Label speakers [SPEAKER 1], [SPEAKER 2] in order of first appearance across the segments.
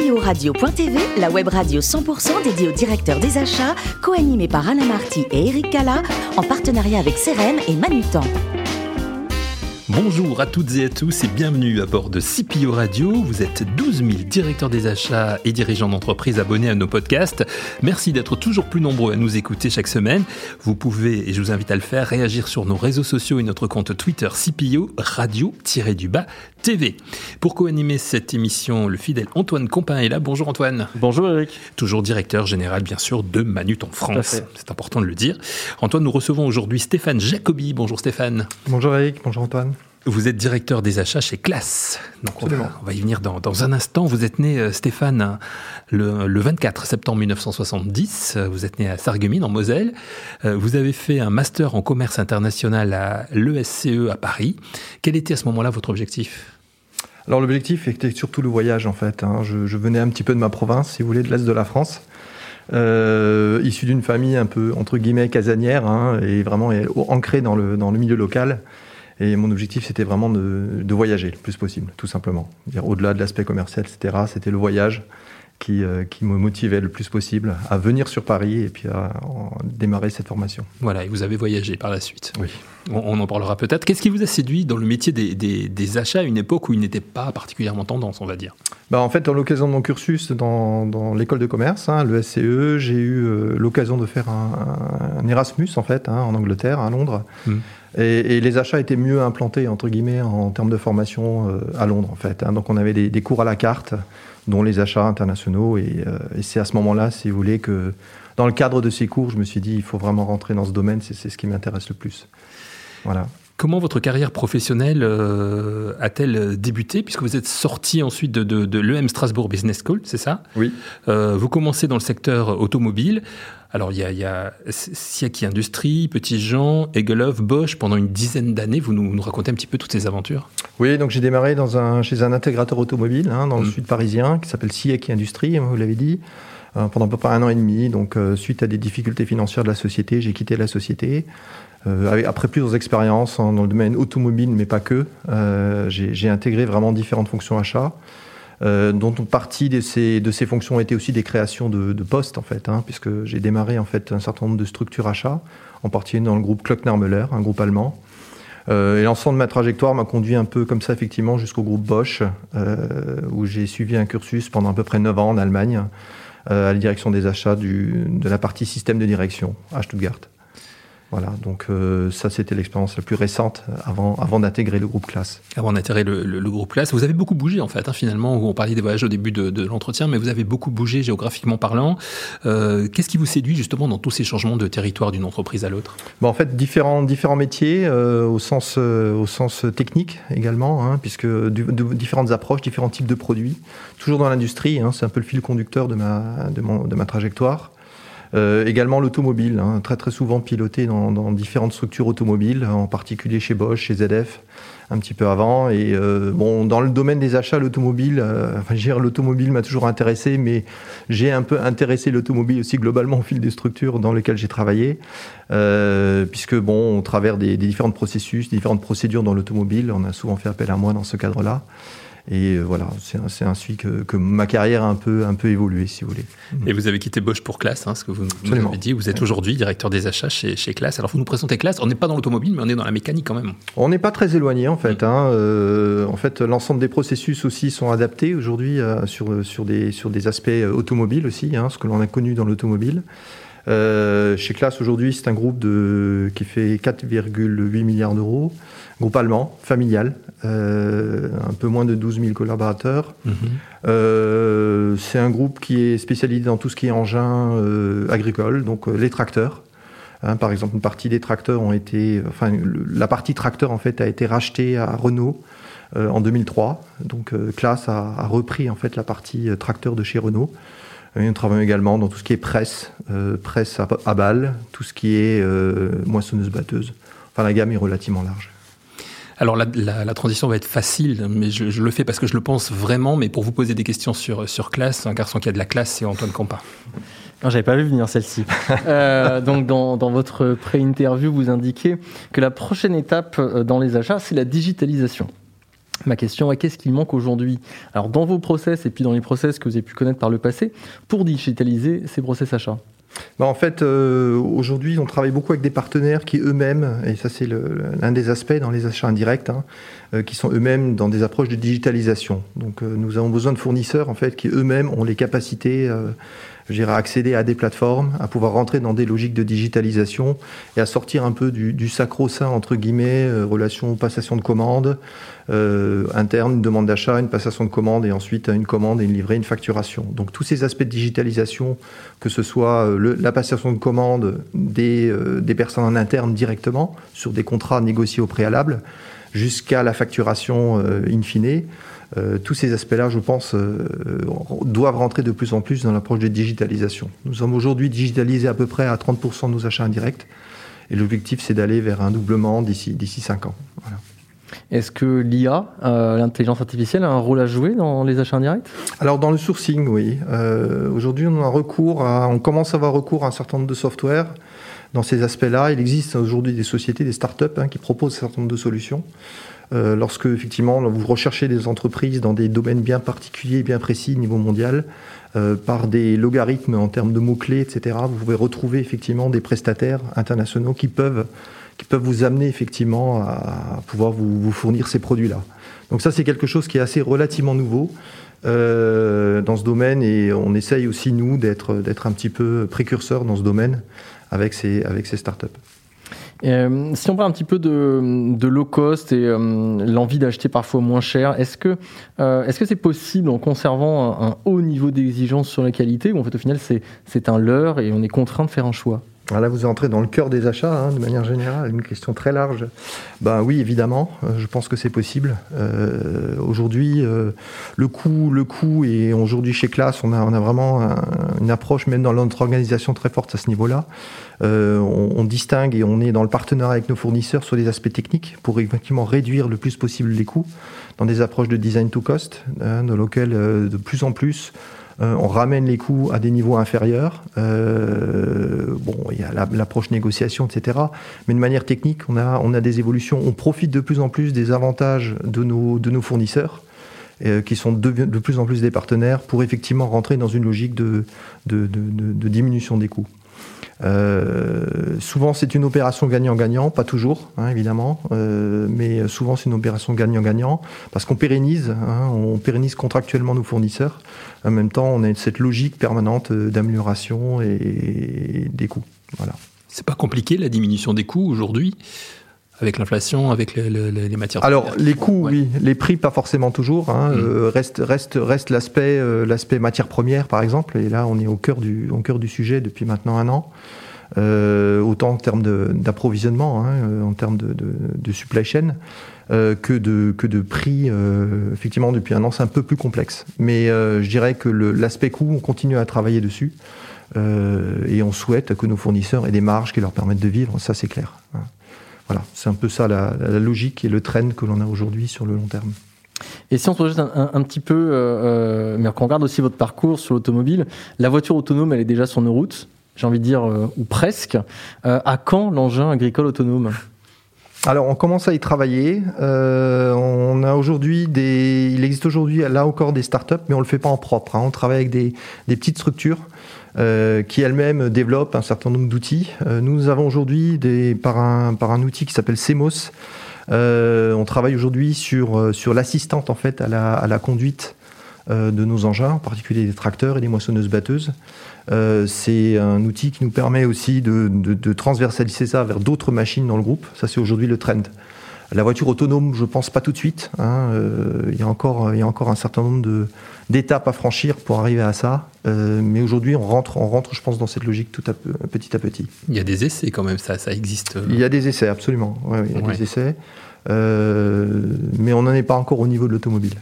[SPEAKER 1] CPOradio.tv, la web radio 100% dédiée aux directeurs des achats, co-animée par Alain Marty et Eric Cala, en partenariat avec CRM et Manutan.
[SPEAKER 2] Bonjour à toutes et à tous et bienvenue à bord de CPO Radio. Vous êtes 12 000 directeurs des achats et dirigeants d'entreprises abonnés à nos podcasts. Merci d'être toujours plus nombreux à nous écouter chaque semaine. Vous pouvez, et je vous invite à le faire, réagir sur nos réseaux sociaux et notre compte Twitter CPO Radio-TV. Pour co-animer cette émission, le fidèle Antoine Compin est là. Bonjour Antoine.
[SPEAKER 3] Bonjour Eric.
[SPEAKER 2] Toujours directeur général bien sûr de Manutan France. C'est important de le dire. Antoine, nous recevons aujourd'hui Stéphane Jacobi. Bonjour Stéphane.
[SPEAKER 4] Bonjour Eric, bonjour Antoine.
[SPEAKER 2] Vous êtes directeur des achats chez Class. Donc on va y venir dans un instant. Vous êtes né, Stéphane, le 24 septembre 1970. Vous êtes né à Sarreguemines, en Moselle. Vous avez fait un master en commerce international à l'ESCE à Paris. Quel était à ce moment-là votre objectif ?
[SPEAKER 4] Alors l'objectif était surtout le voyage en fait. Je venais un petit peu de ma province, si vous voulez, de l'Est de la France. Issu d'une famille un peu, entre guillemets, casanière, et vraiment ancrée dans le milieu local. Et mon objectif, c'était vraiment de voyager le plus possible, tout simplement. Au-delà de l'aspect commercial, etc., c'était le voyage qui me motivait le plus possible à venir sur Paris et puis à démarrer cette formation.
[SPEAKER 2] Voilà, et vous avez voyagé par la suite.
[SPEAKER 4] Oui.
[SPEAKER 2] On en parlera peut-être. Qu'est-ce qui vous a séduit dans le métier des achats à une époque où il n'était pas particulièrement tendance, on va dire ?
[SPEAKER 4] En fait, dans l'occasion de mon cursus dans l'école de commerce, le SCE, j'ai eu l'occasion de faire un Erasmus, en fait, en Angleterre, à Londres. Et les achats étaient mieux implantés, entre guillemets, en termes de formation à Londres, en fait. Donc on avait des cours à la carte, dont les achats internationaux. Et c'est à ce moment-là, si vous voulez, que dans le cadre de ces cours, je me suis dit, il faut vraiment rentrer dans ce domaine, c'est ce qui m'intéresse le plus. Voilà.
[SPEAKER 2] Comment votre carrière professionnelle a-t-elle débuté, puisque vous êtes sorti ensuite de l'EM Strasbourg Business School, c'est ça ?
[SPEAKER 4] Oui.
[SPEAKER 2] Vous commencez dans le secteur automobile. Alors, il y a Siaki Industries, Petit Jean, Egelhoff, Bosch, pendant une dizaine d'années. Vous nous racontez un petit peu toutes ces aventures ?
[SPEAKER 4] Oui, donc j'ai démarré chez un intégrateur automobile dans le sud parisien, qui s'appelle Siaki Industries, vous l'avez dit, pendant à peu près 1 an et demi. Donc, suite à des difficultés financières de la société, j'ai quitté la société. Après plusieurs expériences dans le domaine automobile, mais pas que, j'ai intégré vraiment différentes fonctions achats. Dont une partie de ces fonctions étaient aussi des créations de postes, en fait, puisque j'ai démarré en fait, un certain nombre de structures achats, en particulier dans le groupe Klöckner-Müller, un groupe allemand. Et l'ensemble de ma trajectoire m'a conduit un peu comme ça, effectivement, jusqu'au groupe Bosch, où j'ai suivi un cursus pendant à peu près 9 ans en Allemagne, à la direction des achats de la partie système de direction à Stuttgart. Voilà, donc ça c'était l'expérience la plus récente avant d'intégrer le groupe Class.
[SPEAKER 2] Avant d'intégrer le groupe Class, vous avez beaucoup bougé en fait, finalement, on parlait des voyages au début de l'entretien, mais vous avez beaucoup bougé géographiquement parlant. Qu'est-ce qui vous séduit justement dans tous ces changements de territoire d'une entreprise à l'autre ?
[SPEAKER 4] En fait, différents métiers au sens technique également, puisque différentes approches, différents types de produits, toujours dans l'industrie, c'est un peu le fil conducteur de ma trajectoire. Également l'automobile, très très souvent piloté dans différentes structures automobiles, en particulier chez Bosch, chez ZF, un petit peu avant. Et dans le domaine des achats, l'automobile m'a toujours intéressé, mais j'ai un peu intéressé l'automobile aussi globalement au fil des structures dans lesquelles j'ai travaillé, puisque au travers des différents processus, des différentes procédures dans l'automobile, on a souvent fait appel à moi dans ce cadre-là. Et voilà, c'est ainsi que ma carrière a un peu évolué, si vous voulez.
[SPEAKER 2] Et vous avez quitté Bosch pour Class, ce que vous nous avez dit. Vous êtes aujourd'hui directeur des achats chez Class. Alors, vous nous présentez Class. On n'est pas dans l'automobile, mais on est dans la mécanique quand même. On
[SPEAKER 4] n'est pas très éloigné, en fait. En fait, l'ensemble des processus aussi sont adaptés aujourd'hui sur des aspects automobiles aussi, ce que l'on a connu dans l'automobile. Chez Class, aujourd'hui, c'est un groupe qui fait 4,8 milliards d'euros. Groupe allemand, familial, un peu moins de 12 000 collaborateurs. C'est un groupe qui est spécialisé dans tout ce qui est engins agricoles, donc les tracteurs. Par exemple, une partie des tracteurs la partie tracteur en fait a été rachetée à Renault en 2003. Donc Class a repris en fait la partie tracteur de chez Renault. Et nous travaillons également dans tout ce qui est presse à balles, tout ce qui est moissonneuse-batteuse. Enfin, la gamme est relativement large.
[SPEAKER 2] Alors la transition va être facile, mais je le fais parce que je le pense vraiment, mais pour vous poser des questions sur Class, un garçon qui a de la classe, c'est Antoine Compin.
[SPEAKER 3] Non, j'avais pas vu venir celle-ci. Donc dans votre pré-interview, vous indiquez que la prochaine étape dans les achats, c'est la digitalisation. Ma question est, qu'est-ce qui manque aujourd'hui, alors dans vos process et puis dans les process que vous avez pu connaître par le passé, pour digitaliser ces process achats?
[SPEAKER 4] En fait, aujourd'hui, on travaille beaucoup avec des partenaires qui eux-mêmes, et ça c'est l'un des aspects dans les achats indirects, qui sont eux-mêmes dans des approches de digitalisation. Donc nous avons besoin de fournisseurs en fait, qui eux-mêmes ont les capacités à accéder à des plateformes, à pouvoir rentrer dans des logiques de digitalisation et à sortir un peu du sacro-saint, entre guillemets, relation passation de commande, interne, une demande d'achat, une passation de commande et ensuite une commande et une livrée, une facturation. Donc tous ces aspects de digitalisation, que ce soit la passation de commande des personnes en interne directement sur des contrats négociés au préalable, jusqu'à la facturation in fine, tous ces aspects-là, je pense, doivent rentrer de plus en plus dans l'approche de digitalisation. Nous sommes aujourd'hui digitalisés à peu près à 30% de nos achats indirects et l'objectif, c'est d'aller vers un doublement d'ici 5 ans. Voilà.
[SPEAKER 3] Est-ce que l'IA, l'intelligence artificielle, a un rôle à jouer dans les achats indirects?
[SPEAKER 4] Alors dans le sourcing, oui. Aujourd'hui, on commence à avoir recours à un certain nombre de software. Dans ces aspects-là, il existe aujourd'hui des sociétés, des startups qui proposent un certain nombre de solutions. Lorsque effectivement vous recherchez des entreprises dans des domaines bien particuliers, bien précis au niveau mondial, par des logarithmes en termes de mots-clés, etc., vous pouvez retrouver effectivement des prestataires internationaux qui peuvent vous amener effectivement à pouvoir vous fournir ces produits-là. Donc ça, c'est quelque chose qui est assez relativement nouveau dans ce domaine et on essaye aussi, nous, d'être un petit peu précurseurs dans ce domaine avec ces startups.
[SPEAKER 3] Si on parle un petit peu de low cost et l'envie d'acheter parfois moins cher, est-ce que c'est possible en conservant un haut niveau d'exigence sur la qualité ou en fait au final c'est un leurre et on est contraint de faire un choix?
[SPEAKER 4] Là, vous entrez dans le cœur des achats, de manière générale, une question très large. Oui, évidemment, je pense que c'est possible. Aujourd'hui, le coût, et aujourd'hui chez Class, on a vraiment une approche, même dans notre organisation, très forte à ce niveau-là. On distingue et on est dans le partenariat avec nos fournisseurs sur les aspects techniques pour effectivement réduire le plus possible les coûts dans des approches de design to cost, dans lesquelles de plus en plus on ramène les coûts à des niveaux inférieurs. Il y a l'approche négociation, etc. Mais de manière technique, on a des évolutions. On profite de plus en plus des avantages de nos fournisseurs, qui sont de plus en plus des partenaires, pour effectivement rentrer dans une logique de diminution des coûts. Souvent c'est une opération gagnant-gagnant, pas toujours évidemment, mais souvent c'est une opération gagnant-gagnant parce qu'on pérennise contractuellement nos fournisseurs. En même temps, on a cette logique permanente d'amélioration et des coûts. Voilà.
[SPEAKER 2] C'est pas compliqué la diminution des coûts aujourd'hui avec l'inflation, avec les matières premières?
[SPEAKER 4] Alors, les coûts, oui. Les prix, pas forcément toujours. Reste l'aspect matières premières, par exemple. Et là, on est au cœur du sujet depuis maintenant 1 an. Autant en termes d'approvisionnement, en termes de supply chain, que de prix. Effectivement, depuis 1 an, c'est un peu plus complexe. Mais je dirais que l'aspect coût, on continue à travailler dessus. Et on souhaite que nos fournisseurs aient des marges qui leur permettent de vivre. Ça, c'est clair. Voilà, c'est un peu ça la logique et le trend que l'on a aujourd'hui sur le long terme.
[SPEAKER 3] Et si on se projette un petit peu, mais qu'on regarde aussi votre parcours sur l'automobile, la voiture autonome, elle est déjà sur nos routes, j'ai envie de dire, ou presque. À quand l'engin agricole autonome ?
[SPEAKER 4] Alors, on commence à y travailler. On a aujourd'hui il existe aujourd'hui là encore des startups, mais on le fait pas en propre. On travaille avec des petites structures qui elles-mêmes développent un certain nombre d'outils. Nous avons aujourd'hui par un outil qui s'appelle CMOS. On travaille aujourd'hui sur l'assistante en fait à la conduite de nos engins, en particulier des tracteurs et des moissonneuses-batteuses. C'est un outil qui nous permet aussi de transversaliser ça vers d'autres machines dans le groupe. Ça, c'est aujourd'hui le trend. La voiture autonome, je pense pas tout de suite. Il y a encore un certain nombre d'étapes à franchir pour arriver à ça. Mais aujourd'hui, on rentre, je pense, dans cette logique petit à petit.
[SPEAKER 2] Il y a des essais quand même, ça existe.
[SPEAKER 4] Il y a des essais, absolument. Il y a des essais. Mais on n'en est pas encore au niveau de l'automobile.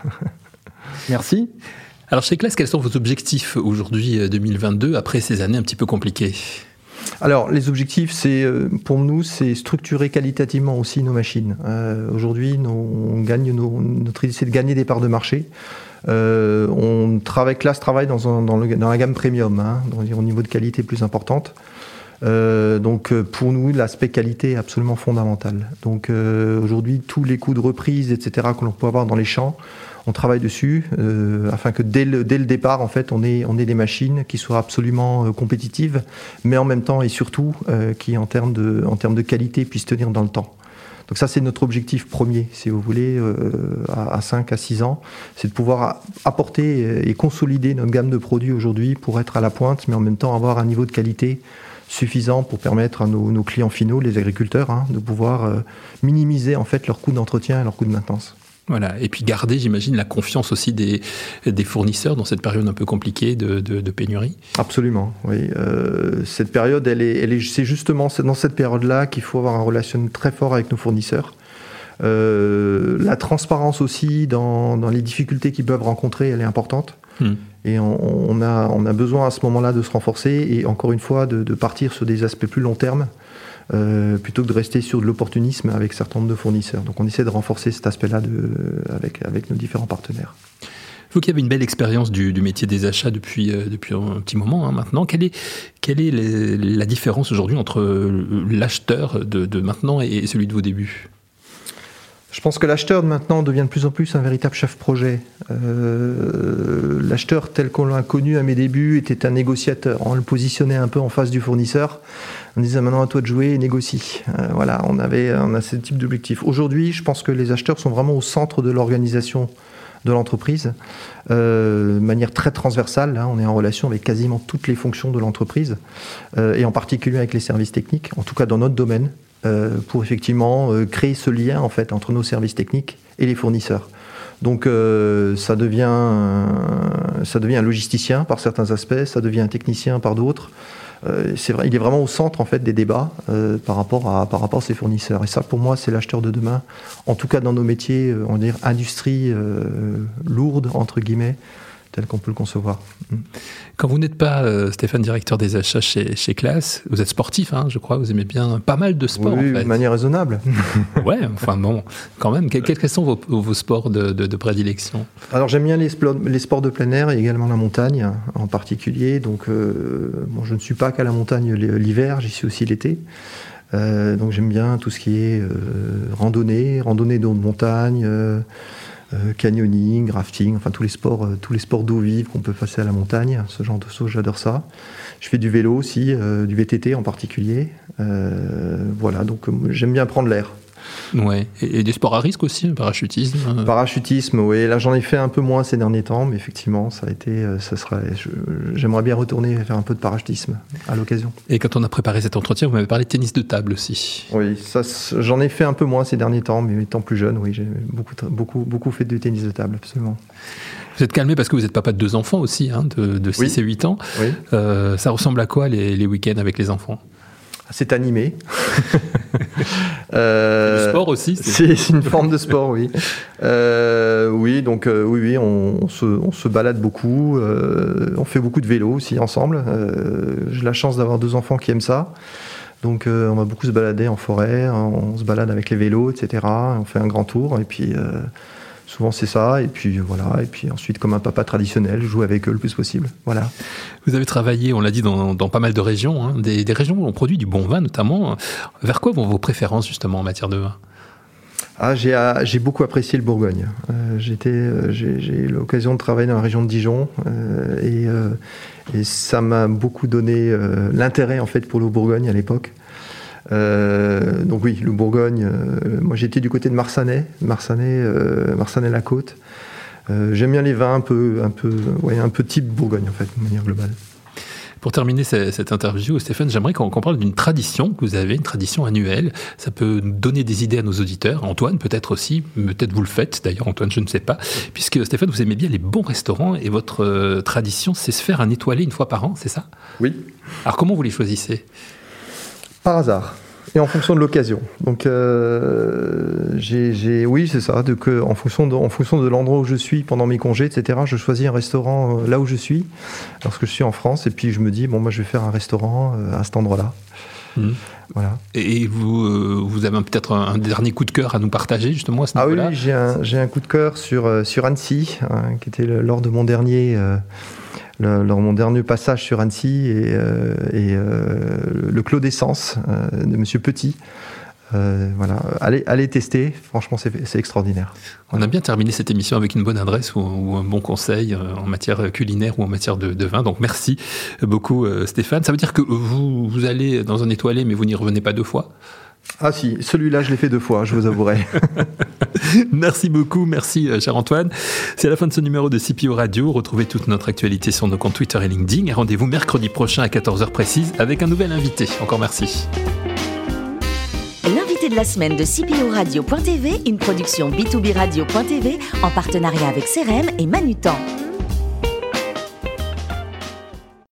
[SPEAKER 3] Merci.
[SPEAKER 2] Alors chez Class, quels sont vos objectifs aujourd'hui 2022, après ces années un petit peu compliquées ?
[SPEAKER 4] Alors les objectifs, pour nous, c'est structurer qualitativement aussi nos machines. Aujourd'hui, notre idée, c'est de gagner des parts de marché. Class travaille dans la gamme premium, au niveau de qualité plus importante. Donc pour nous, l'aspect qualité est absolument fondamental. Donc aujourd'hui, tous les coûts de reprise, etc., que l'on peut avoir dans les champs, on travaille dessus afin que dès le départ, en fait, on ait des machines qui soient absolument compétitives, mais en même temps et surtout qui, en termes de qualité, puissent tenir dans le temps. Donc ça, c'est notre objectif premier, si vous voulez, à 5 à 6 ans, c'est de pouvoir apporter et consolider notre gamme de produits aujourd'hui pour être à la pointe, mais en même temps avoir un niveau de qualité suffisant pour permettre à nos clients finaux, les agriculteurs, de pouvoir minimiser en fait leurs coûts d'entretien et leurs coûts de maintenance.
[SPEAKER 2] Voilà, et puis garder, j'imagine, la confiance aussi des fournisseurs dans cette période un peu compliquée de pénurie.
[SPEAKER 4] Absolument, oui. Cette période, c'est justement dans cette période-là qu'il faut avoir un relation très fort avec nos fournisseurs. La transparence aussi dans les difficultés qu'ils peuvent rencontrer, elle est importante. Et on a besoin à ce moment-là de se renforcer et encore une fois de partir sur des aspects plus long terme. Plutôt que de rester sur de l'opportunisme avec un certain nombre de fournisseurs. Donc on essaie de renforcer cet aspect-là avec nos différents partenaires.
[SPEAKER 2] Vous qui avez une belle expérience du métier des achats depuis un petit moment maintenant, quelle est la différence aujourd'hui entre l'acheteur de maintenant et celui de vos débuts ?
[SPEAKER 4] Je pense que l'acheteur de maintenant devient de plus en plus un véritable chef-projet. L'acheteur tel qu'on l'a connu à mes débuts était un négociateur. On le positionnait un peu en face du fournisseur. On disait maintenant à toi de jouer et négocie. Voilà, on a ce type d'objectif. Aujourd'hui, je pense que les acheteurs sont vraiment au centre de l'organisation de l'entreprise, de manière très transversale. Là, on est en relation avec quasiment toutes les fonctions de l'entreprise, et en particulier avec les services techniques, en tout cas dans notre domaine, pour effectivement créer ce lien en fait entre nos services techniques et les fournisseurs. Donc ça devient un logisticien par certains aspects, ça devient un technicien par d'autres. C'est vrai, il est vraiment au centre en fait des débats par rapport à ses fournisseurs. Et ça, pour moi, c'est l'acheteur de demain. En tout cas, dans nos métiers, on va dire industrie lourde entre guillemets, tel qu'on peut le concevoir.
[SPEAKER 2] Quand vous n'êtes pas, Stéphane, directeur des achats chez Claas, vous êtes sportif, je crois, vous aimez bien pas mal de sports.
[SPEAKER 4] Oui,
[SPEAKER 2] en fait.
[SPEAKER 4] De manière raisonnable.
[SPEAKER 2] Ouais, enfin bon, quand même. Quels sont vos sports de prédilection ? Alors
[SPEAKER 4] j'aime bien les sports de plein air et également la montagne en particulier. Donc je ne suis pas qu'à la montagne l'hiver, j'y suis aussi l'été. Donc j'aime bien tout ce qui est randonnée de montagne, canyoning, rafting, enfin tous les sports d'eau vive qu'on peut passer à la montagne, ce genre de choses, j'adore ça. Je fais du vélo aussi, du VTT en particulier. Voilà, donc j'aime bien prendre l'air.
[SPEAKER 2] Ouais, et des sports à risque aussi, parachutisme.
[SPEAKER 4] Parachutisme, oui. Là, j'en ai fait un peu moins ces derniers temps, mais effectivement, j'aimerais bien retourner faire un peu de parachutisme à l'occasion.
[SPEAKER 2] Et quand on a préparé cet entretien, vous m'avez parlé de tennis de table aussi.
[SPEAKER 4] Oui, j'en ai fait un peu moins ces derniers temps, mais étant plus jeune, oui, j'ai beaucoup fait de tennis de table, absolument.
[SPEAKER 2] Vous êtes calmé parce que vous êtes papa de 2 enfants aussi, de 6 et 8 ans.
[SPEAKER 4] Oui.
[SPEAKER 2] Ça ressemble à quoi les week-ends avec les enfants ?
[SPEAKER 4] C'est animé.
[SPEAKER 2] C'est du sport aussi.
[SPEAKER 4] C'est une forme de sport, oui. Oui, donc oui, on se balade beaucoup. On fait beaucoup de vélo aussi ensemble. J'ai la chance d'avoir 2 enfants qui aiment ça. Donc on va beaucoup se balader en forêt. On se balade avec les vélos, etc. On fait un grand tour et puis souvent c'est ça, et puis voilà, et puis ensuite comme un papa traditionnel, je joue avec eux le plus possible. Voilà.
[SPEAKER 2] Vous avez travaillé, on l'a dit, dans pas mal de régions, des régions où on produit du bon vin notamment. Vers quoi vont vos préférences justement en matière de vin ?
[SPEAKER 4] J'ai beaucoup apprécié le Bourgogne. J'ai eu l'occasion de travailler dans la région de Dijon et ça m'a beaucoup donné l'intérêt en fait pour le Bourgogne à l'époque. Donc oui, le Bourgogne, moi j'étais du côté de Marsanais-la-Côte. J'aime bien les vins un peu type Bourgogne en fait, de manière globale.
[SPEAKER 2] Pour terminer cette interview, Stéphane, j'aimerais qu'on parle d'une tradition que vous avez, une tradition annuelle. Ça peut donner des idées à nos auditeurs. Antoine, peut-être aussi, peut-être vous le faites. D'ailleurs, Antoine, je ne sais pas. Puisque Stéphane, vous aimez bien les bons restaurants et votre tradition, c'est se faire un étoilé 1 fois par an, c'est ça ?
[SPEAKER 4] Oui.
[SPEAKER 2] Alors comment vous les choisissez ?
[SPEAKER 4] Par hasard. Et en fonction de l'occasion. Donc, oui, c'est ça. Donc, en fonction de l'endroit où je suis pendant mes congés, etc., je choisis un restaurant là où je suis, lorsque je suis en France, et puis je me dis, bon, moi, je vais faire un restaurant à cet endroit-là. Voilà.
[SPEAKER 2] Et vous avez peut-être un dernier coup de cœur à nous partager, justement, à ce niveau-là ?
[SPEAKER 4] Oui, j'ai un coup de cœur sur Annecy, qui était lors de mon dernier mon dernier passage sur Annecy et le Clos d'Essence de Monsieur Petit. Voilà, allez tester, franchement c'est extraordinaire.
[SPEAKER 2] On a bien terminé cette émission avec une bonne adresse ou un bon conseil en matière culinaire ou en matière de vin, donc merci beaucoup Stéphane. Ça veut dire que vous allez dans un étoilé mais vous n'y revenez pas 2 fois?
[SPEAKER 4] Ah si, celui-là je l'ai fait 2 fois, je vous avouerai.
[SPEAKER 2] Merci beaucoup, merci cher Antoine. C'est la fin de ce numéro de CPO Radio. Retrouvez toute notre actualité sur nos comptes Twitter et LinkedIn et rendez-vous mercredi prochain à 14h précise avec un nouvel invité. Encore merci.
[SPEAKER 1] L'invité de la semaine de CPO Radio.tv, une production B2B Radio.tv en partenariat avec CRM et Manutan.